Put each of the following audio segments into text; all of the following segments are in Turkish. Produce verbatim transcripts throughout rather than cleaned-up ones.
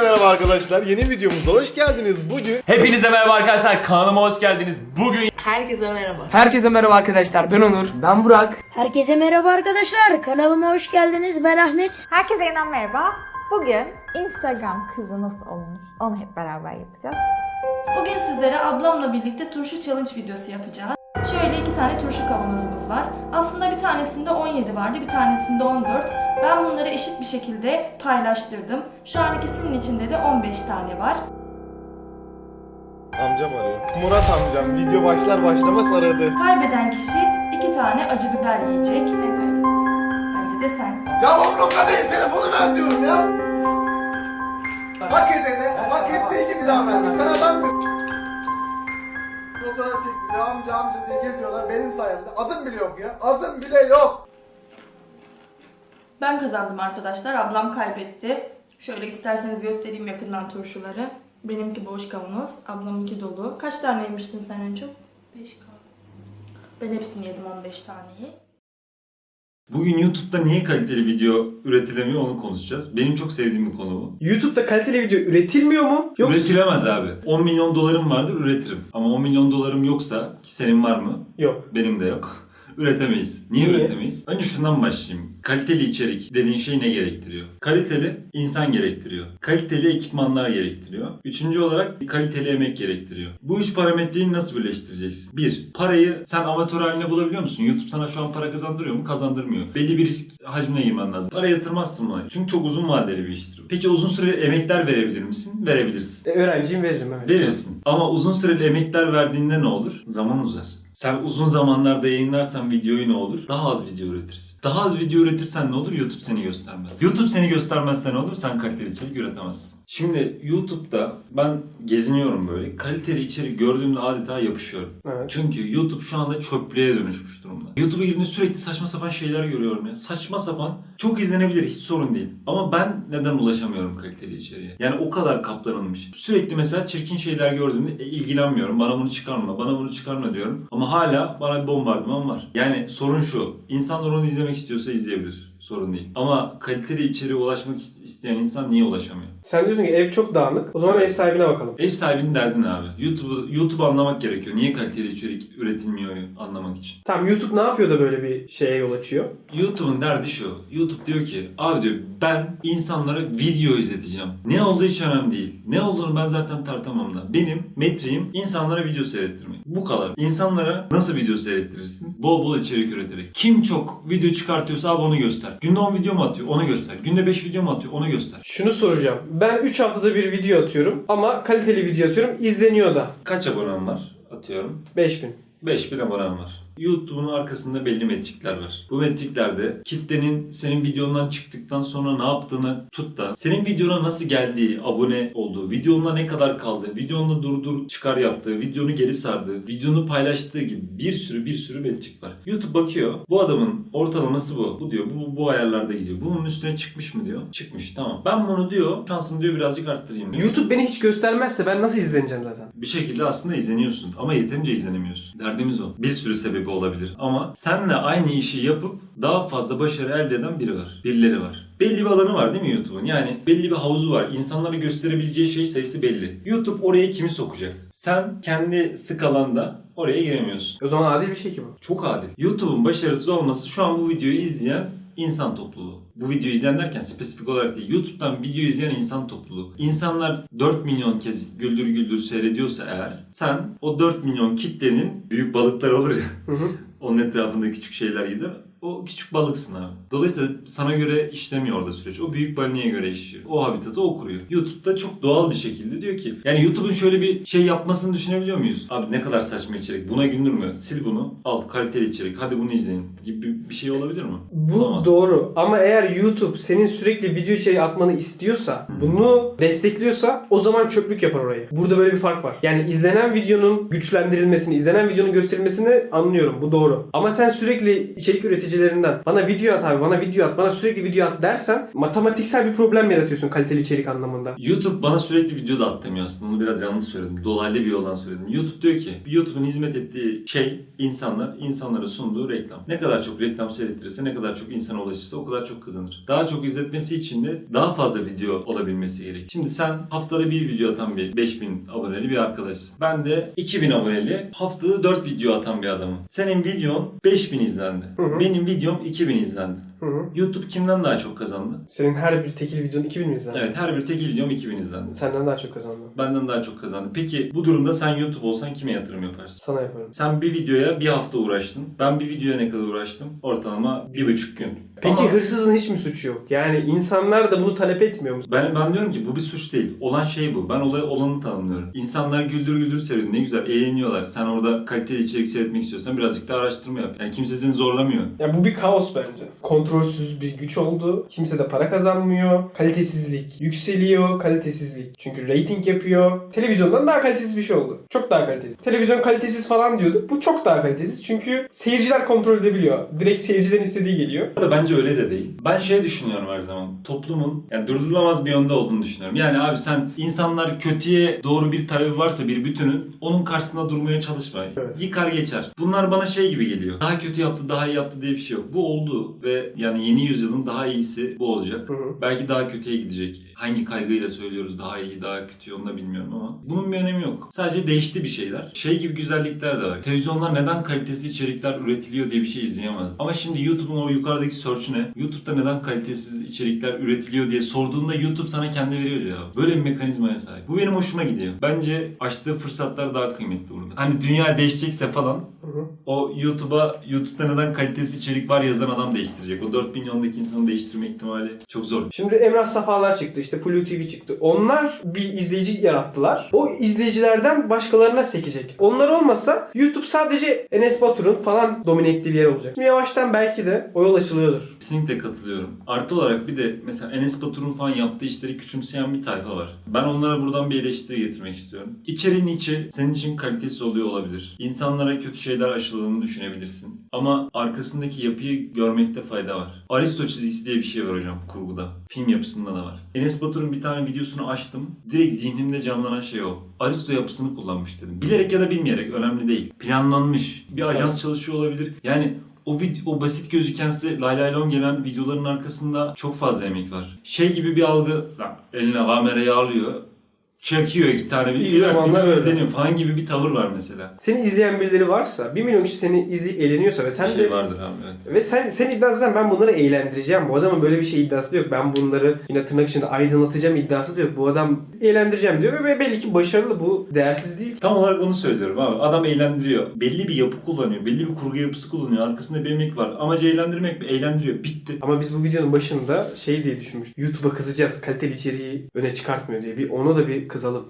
Hepinize merhaba arkadaşlar. Yeni videomuza hoş geldiniz. Bugün Hepinize merhaba arkadaşlar, kanalıma hoş geldiniz. Bugün Herkese merhaba. Herkese merhaba arkadaşlar, ben Onur. Ben Burak. Herkese merhaba arkadaşlar. Kanalıma hoş geldiniz. Ben Ahmet. Herkese yeniden merhaba. Bugün Instagram kızı nasıl olunur? Onu hep beraber yapacağız. Bugün sizlere ablamla birlikte turşu challenge videosu yapacağız. Şöyle iki tane turşu kavanozumuz var. Aslında bir tanesinde on yedi vardı, bir tanesinde on dört. Ben bunları eşit bir şekilde paylaştırdım. Şu an ikisinin içinde de on beş tane var. amcam arıyor. Murat amcam video başlar başlamaz aradı. Kaybeden kişi iki tane acı biber yiyecek. Sen kaybedeceksin. Bence de sen. Ya umurumda değil, telefonu ver diyorum ya. Hak edene, hak ettiği gibi davranma. Sen adam mı? Fotoğraf çektiriyor, amca amca diye geziyorlar benim sayemde. Adım bile yok ya. Adım bile yok. Ben kazandım arkadaşlar, ablam kaybetti. Şöyle isterseniz göstereyim yakından turşuları. Benimki boş kavanoz, ablamınki dolu. Kaç tane yemiştin sen en çok? beş kavanoz. Ben hepsini yedim, on beş taneyi. Bugün YouTube'da niye kaliteli video üretilemiyor onu konuşacağız. Benim çok sevdiğim bir konu bu. YouTube'da kaliteli video üretilmiyor mu? Yoksa... Üretilemez abi. on milyon dolarım vardır üretirim. Ama on milyon dolarım yoksa, ki senin var mı? Yok. Benim de yok. Üretemeyiz. Niye, Niye üretemeyiz? Önce şundan başlayayım. Kaliteli içerik dediğin şey ne gerektiriyor? Kaliteli insan gerektiriyor. Kaliteli ekipmanlar gerektiriyor. Üçüncü olarak kaliteli emek gerektiriyor. Bu üç parametreyi nasıl birleştireceksin? Bir, parayı sen amatör haline bulabiliyor musun? YouTube sana şu an para kazandırıyor mu? Kazandırmıyor. Belli bir risk hacmine girmen lazım. Para yatırmazsın buna. Çünkü çok uzun vadeli bir iştir. Peki uzun süreli emekler verebilir misin? Verebilirsin. E, öğrenciyim, veririm evet. Verirsin. Ama uzun süreli emekler verdiğinde ne olur? Zaman uzar. Sen uzun zamanlarda yayınlarsan videoyu ne olur? Daha az video üretirsin. Daha az video üretirsen ne olur? YouTube seni göstermez. YouTube seni göstermezse ne olur? Sen kaliteli içerik üretemezsin. Şimdi YouTube'da ben geziniyorum böyle. Kaliteli içerik gördüğümde adeta yapışıyorum. Evet. Çünkü YouTube şu anda çöplüğe dönüşmüş durumda. YouTube'a girdiğimde sürekli saçma sapan şeyler görüyorum ya. Saçma sapan. Çok izlenebilir, hiç sorun değil. Ama ben neden ulaşamıyorum kaliteli içeriğe? Yani o kadar kaplanılmış. Sürekli mesela çirkin şeyler gördüğümde e, ilgilenmiyorum. Bana bunu çıkarma, bana bunu çıkarma diyorum. Ama hala bana bir bombardıman var. Yani sorun şu. İnsanlar onu izlemek istiyorsa izleyebilir. Sorun değil. Ama kaliteli içeriğe ulaşmak isteyen insan niye ulaşamıyor? Sen diyorsun ki ev çok dağınık. O zaman ev sahibine bakalım. Ev sahibinin derdin abi. YouTube'u YouTube'u anlamak gerekiyor. Niye kaliteli içerik üretilmiyor anlamak için. Tamam, YouTube ne yapıyor da böyle bir şeye yol açıyor? YouTube'un derdi şu. YouTube diyor ki abi diyor ben insanlara video izleteceğim. Ne olduğu hiç önemli değil. Ne olduğunu ben zaten tartamam da. Benim metriğim insanlara video seyrettirmek. Bu kadar. İnsanlara nasıl video seyrettirirsin? Bol bol içerik üreterek. Kim çok video çıkartıyorsa abi onu göster. Günde on video mu atıyor? Onu göster. Günde beş video mu atıyor? Onu göster. Şunu soracağım. Ben üç haftada bir video atıyorum ama kaliteli video atıyorum. İzleniyor da. Kaç abonem var? Atıyorum. beş bin. beş bin abonem var. YouTube'un arkasında belli metrikler var. Bu metriklerde kitlenin senin videondan çıktıktan sonra ne yaptığını tut da senin videona nasıl geldiği, abone olduğu, videonla ne kadar kaldığı, videonla durdur çıkar yaptığı, videonu geri sardığı, videonu paylaştığı gibi bir sürü bir sürü metrik var. YouTube bakıyor. Bu adamın ortalaması bu. Bu diyor. Bu, bu ayarlarda gidiyor. Bunun üstüne çıkmış mı diyor. Çıkmış. Tamam. Ben bunu diyor. Şansını diyor birazcık arttırayım diyor. YouTube beni hiç göstermezse ben nasıl izleneceğim zaten? Bir şekilde aslında izleniyorsun ama yeterince izlenemiyorsun. Derdimiz o. Bir sürü sebebi olabilir ama senle aynı işi yapıp daha fazla başarı elde eden biri var. Birileri var. Belli bir alanı var değil mi YouTube'un? Yani belli bir havuzu var. İnsanlara gösterebileceği şey sayısı belli. YouTube oraya kimi sokacak? Sen kendi sık alanda oraya giremiyorsun. O zaman adil bir şey ki bu. Çok adil. YouTube'un başarısız olması şu an bu videoyu izleyen insan topluluğu. Bu videoyu izleyen derken spesifik olarak değil. YouTube'dan video izleyen insan topluluğu. İnsanlar dört milyon kez güldür güldür seyrediyorsa eğer sen o dört milyon kitlenin büyük balıklar olur ya. Hı hı. Onun etrafında küçük şeyler gezer. O küçük balıksın abi. Dolayısıyla sana göre işlemiyor orada süreç. O büyük balineye göre işliyor. O habitatı o kuruyor. YouTube'da çok doğal bir şekilde diyor ki yani YouTube'un şöyle bir şey yapmasını düşünebiliyor muyuz? Abi ne kadar saçma içerik. Buna güldürme. Sil bunu. Al kaliteli içerik. Hadi bunu izleyin gibi bir şey olabilir mi? Bu Olamaz. doğru ama eğer YouTube senin sürekli video içeriği atmanı istiyorsa, bunu destekliyorsa o zaman çöplük yapar orayı. Burada böyle bir fark var. Yani izlenen videonun güçlendirilmesini, izlenen videonun gösterilmesini anlıyorum. Bu doğru. Ama sen sürekli içerik üretici üreticilerinden bana video at abi, bana video at, bana sürekli video at dersen matematiksel bir problem yaratıyorsun kaliteli içerik anlamında. YouTube bana sürekli video da at demiyor aslında. Onu biraz yanlış söyledim. Dolaylı bir yoldan söyledim. YouTube diyor ki YouTube'un hizmet ettiği şey insanlar, insanlara sunduğu reklam. Ne kadar çok reklam seyrettirirse, ne kadar çok insana ulaşırsa o kadar çok kazanır. Daha çok izletmesi için de daha fazla video olabilmesi gerek. Şimdi sen haftada bir video atan bir beş bin aboneli bir arkadaşsın. Ben de iki bin aboneli haftada dört video atan bir adamım. Senin videon beş bin izlendi. Hı hı. Benim videom iki bin izlendi. Hı hı. YouTube kimden daha çok kazandı? Senin her bir tekil videonun iki bin mi izlendi? Evet, her bir tekil videom iki bin izlendi. Senden daha çok kazandı. Benden daha çok kazandı. Peki bu durumda sen YouTube olsan kime yatırım yaparsın? Sana yaparım. Sen bir videoya bir hafta uğraştın. Ben bir videoya ne kadar uğraştım? Ortalama bir buçuk gün. Peki Ama hırsızın hiç mi suçu yok? Yani insanlar da bunu talep etmiyor mu? ben, ben diyorum ki bu bir suç değil. Olan şey bu. Ben olay olanı tanımlıyorum. İnsanlar güldür güldür seyrediyor. Ne güzel eğleniyorlar. Sen orada kaliteli içerik seyretmek istiyorsan birazcık da araştırma yap. Yani kimse seni zorlamıyor. Ya bu bir kaos bence. Kontrolsüz bir güç oldu. Kimse de para kazanmıyor. Kalitesizlik yükseliyor. Kalitesizlik çünkü rating yapıyor. Televizyondan daha kalitesiz bir şey oldu. Çok daha kalitesiz. Televizyon kalitesiz falan diyorduk. Bu çok daha kalitesiz. Çünkü seyirciler kontrol edebiliyor. Direkt seyircilerin istediği geliyor. Da bence öyle de değil. Ben şey düşünüyorum her zaman. Toplumun yani durdurulamaz bir yönde olduğunu düşünüyorum. Yani abi sen insanlar kötüye doğru bir talebi varsa bir bütünün onun karşısında durmaya çalışma. Evet. Yıkar geçer. Bunlar bana şey gibi geliyor. Daha kötü yaptı, daha iyi yaptı diye bir şey yok. Bu oldu ve yani yeni yüzyılın daha iyisi bu olacak. Hı hı. Belki daha kötüye gidecek. Hangi kaygıyla söylüyoruz daha iyi, daha kötü onu da bilmiyorum ama bunun bir önemi yok. Sadece değişti bir şeyler. Şey gibi güzellikler de var. Televizyonlar neden kalitesiz içerikler üretiliyor diye bir şey izleyemez. Ama şimdi YouTube'un o yukarıdaki search'üne YouTube'da neden kalitesiz içerikler üretiliyor diye sorduğunda YouTube sana kendi veriyor cevabı. Böyle bir mekanizmaya sahip. Bu benim hoşuma gidiyor. Bence açtığı fırsatlar daha kıymetli burada. Hani dünya değişecekse falan Hı hı. o YouTube'a YouTube'da neden kalitesiz içerik var yazan adam değiştirecek. O dört milyondaki insanı değiştirme ihtimali çok zor. Şimdi Emrah Safalar çıktı, işte Flu T V çıktı. Onlar bir izleyici yarattılar. O izleyicilerden başkalarına sekecek. Onlar olmasa YouTube sadece Enes Batur'un falan domine ettiği bir yer olacak. Şimdi yavaştan belki de o yol açılıyordur. Kesinlikle katılıyorum. Artı olarak bir de mesela Enes Batur'un falan yaptığı işleri küçümseyen bir tayfa var. Ben onlara buradan bir eleştiri getirmek istiyorum. İçeriğin içi senin için kalitesi oluyor olabilir. İnsanlara kötü şeyler aşıladığını düşünebilirsin. Ama arkasındaki yapıyı görmekte fayda var. Aristo çizgisi diye bir şey var hocam kurguda. Film yapısında da var. Enes Batur'un bir tane videosunu açtım. Direkt zihnimde canlanan şey o. Aristo yapısını kullanmış dedim. Bilerek ya da bilmeyerek önemli değil. Planlanmış. Bir ajans çalışıyor olabilir. Yani O, vid- o basit gözüken size lay lay lom gelen videoların arkasında çok fazla emek var. Şey gibi bir algı, lan eline kamerayı alıyor, çekiyor iki tane bir İlk zamanlar öyle. izleniyor falan gibi bir tavır var mesela. Seni izleyen birileri varsa, bir milyon kişi seni izleyip eğleniyorsa ve sen Bir şey de vardır abi evet. ve sen sen iddiasından ben bunları eğlendireceğim. Bu adamın böyle bir şey iddiası da yok. Ben bunları yine tırnak içinde aydınlatacağım iddiası da yok. Bu adam eğlendireceğim diyor ve belli ki başarılı. Bu değersiz değil. Tam olarak onu söylüyorum abi. Adam eğlendiriyor. Belli bir yapı kullanıyor. Belli bir kurgu yapısı kullanıyor. Arkasında bir emek var. Amacı eğlendirmek mi? Eğlendiriyor. Bitti. Ama biz bu videonun başında şey diye düşünmüştük. YouTube'a kızacağız. Kaliteli içeriği öne çıkartmıyor diye. Bir ona da bir kızalım.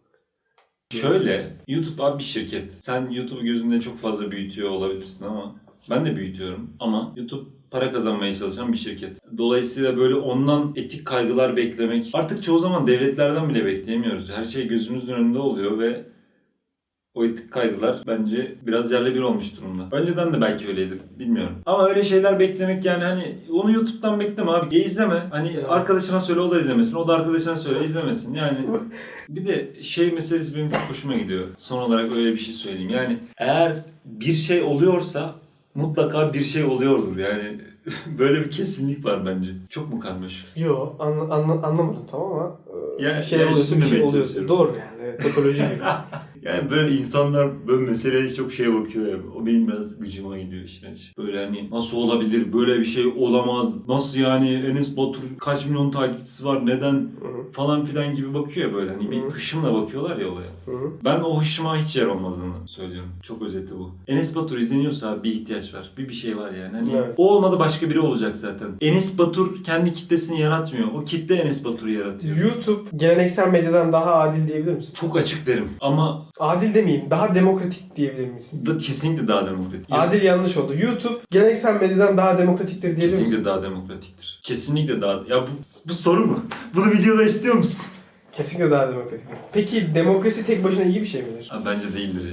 Şöyle, YouTube abi bir şirket. Sen YouTube'u gözünde çok fazla büyütüyor olabilirsin ama ben de büyütüyorum. Ama YouTube para kazanmaya çalışan bir şirket. Dolayısıyla böyle ondan etik kaygılar beklemek artık çoğu zaman devletlerden bile bekleyemiyoruz. Her şey gözümüzün önünde oluyor ve o etik kaygılar bence biraz yerle bir olmuş durumda. Önceden de belki öyleydi. Bilmiyorum. Ama öyle şeyler beklemek yani hani onu YouTube'dan bekleme abi. E izleme. Hani arkadaşına söyle o da izlemesin. O da arkadaşına söyle izlemesin. Yani bir de şey meselesi benim çok hoşuma gidiyor. Son olarak öyle bir şey söyleyeyim. Yani eğer bir şey oluyorsa mutlaka bir şey oluyordur. Yani böyle bir kesinlik var bence. Çok mu karmaşık? Yo anla, anla, anlamadım tamam ama e, Ya- bir şey ya oluyorsa bir şunu şey demeye oluyor. çalışıyorum. Doğru yani. Evet, topoloji gibi. Yani böyle insanlar böyle meseleye çok şeye bakıyor ya. O benim biraz gıcıma gidiyor işin açığı. Böyle hani nasıl olabilir? Böyle bir şey olamaz. Nasıl yani Enes Batur kaç milyon takipçisi var? Neden? Hı-hı. Falan filan gibi bakıyor ya böyle. Hani bir Hı. hışımla bakıyorlar ya olaya. Hı-hı. Ben o hışıma hiç yer olmadığını söylüyorum. Çok özeti bu. Enes Batur izleniyorsa bir ihtiyaç var. Bir bir şey var yani. Hani Evet. o olmadı başka biri olacak zaten. Enes Batur kendi kitlesini yaratmıyor. O kitle Enes Batur'u yaratıyor. YouTube geleneksel medyadan daha adil diyebilir misin? Çok açık derim. Ama Adil demeyeyim. Daha demokratik diyebilir misin? da kesinlikle daha demokratik. Adil yanlış oldu. YouTube geleneksel medyadan daha demokratiktir diyebilir misin? Kesinlikle daha demokratiktir. Kesinlikle daha... Ya bu, bu soru mu? Bunu videoda istiyor musun? Kesinlikle daha demokratik. Peki demokrasi tek başına iyi bir şey midir? Ha, bence değildir ya.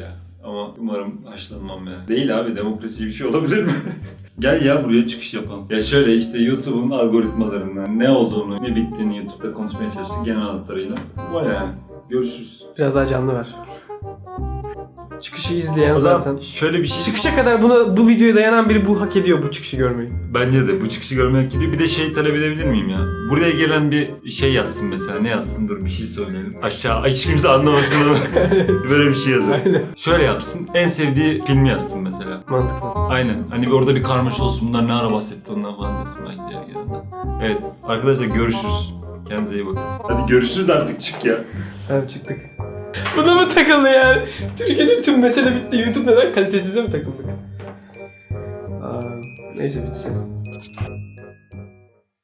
Ama umarım haşlanmam ya. Değil abi, demokrasi bir şey olabilir mi? Gel ya buraya çıkış yapalım. Ya şöyle işte YouTube'un algoritmalarından ne olduğunu, ne bittiğini YouTube'da konuşmaya çalıştık genel hatlarıyla. Bu yani. Görüşürüz. Biraz daha canlı ver. Çıkışı izleyen O zaman zaten. şöyle bir şey... Çıkışa kadar buna bu videoya dayanan biri bu hak ediyor bu çıkışı görmeyi. Bence de bu çıkışı görmek gidiyor. Bir de şey talep edebilir miyim ya? Buraya gelen bir şey yazsın mesela. Ne yazsın? Dur bir şey söyleyelim. Aşağı hiç kimse anlamasın ama böyle bir şey yazın. Şöyle yapsın. En sevdiği filmi yazsın mesela. Mantıklı. Aynen. Hani bir orada bir karmaşa olsun. Bunlar ne ara bahsetti ondan falan desin. Belki ya, evet. Arkadaşlar görüşürüz. Kendinize iyi bakın. Hadi görüşürüz artık, çık ya. Tamam çıktık. Buna mı takıldı yani? Türkiye'de bütün mesele bitti. YouTube neden kalitesize mi takıldık? Aa, neyse bitsin.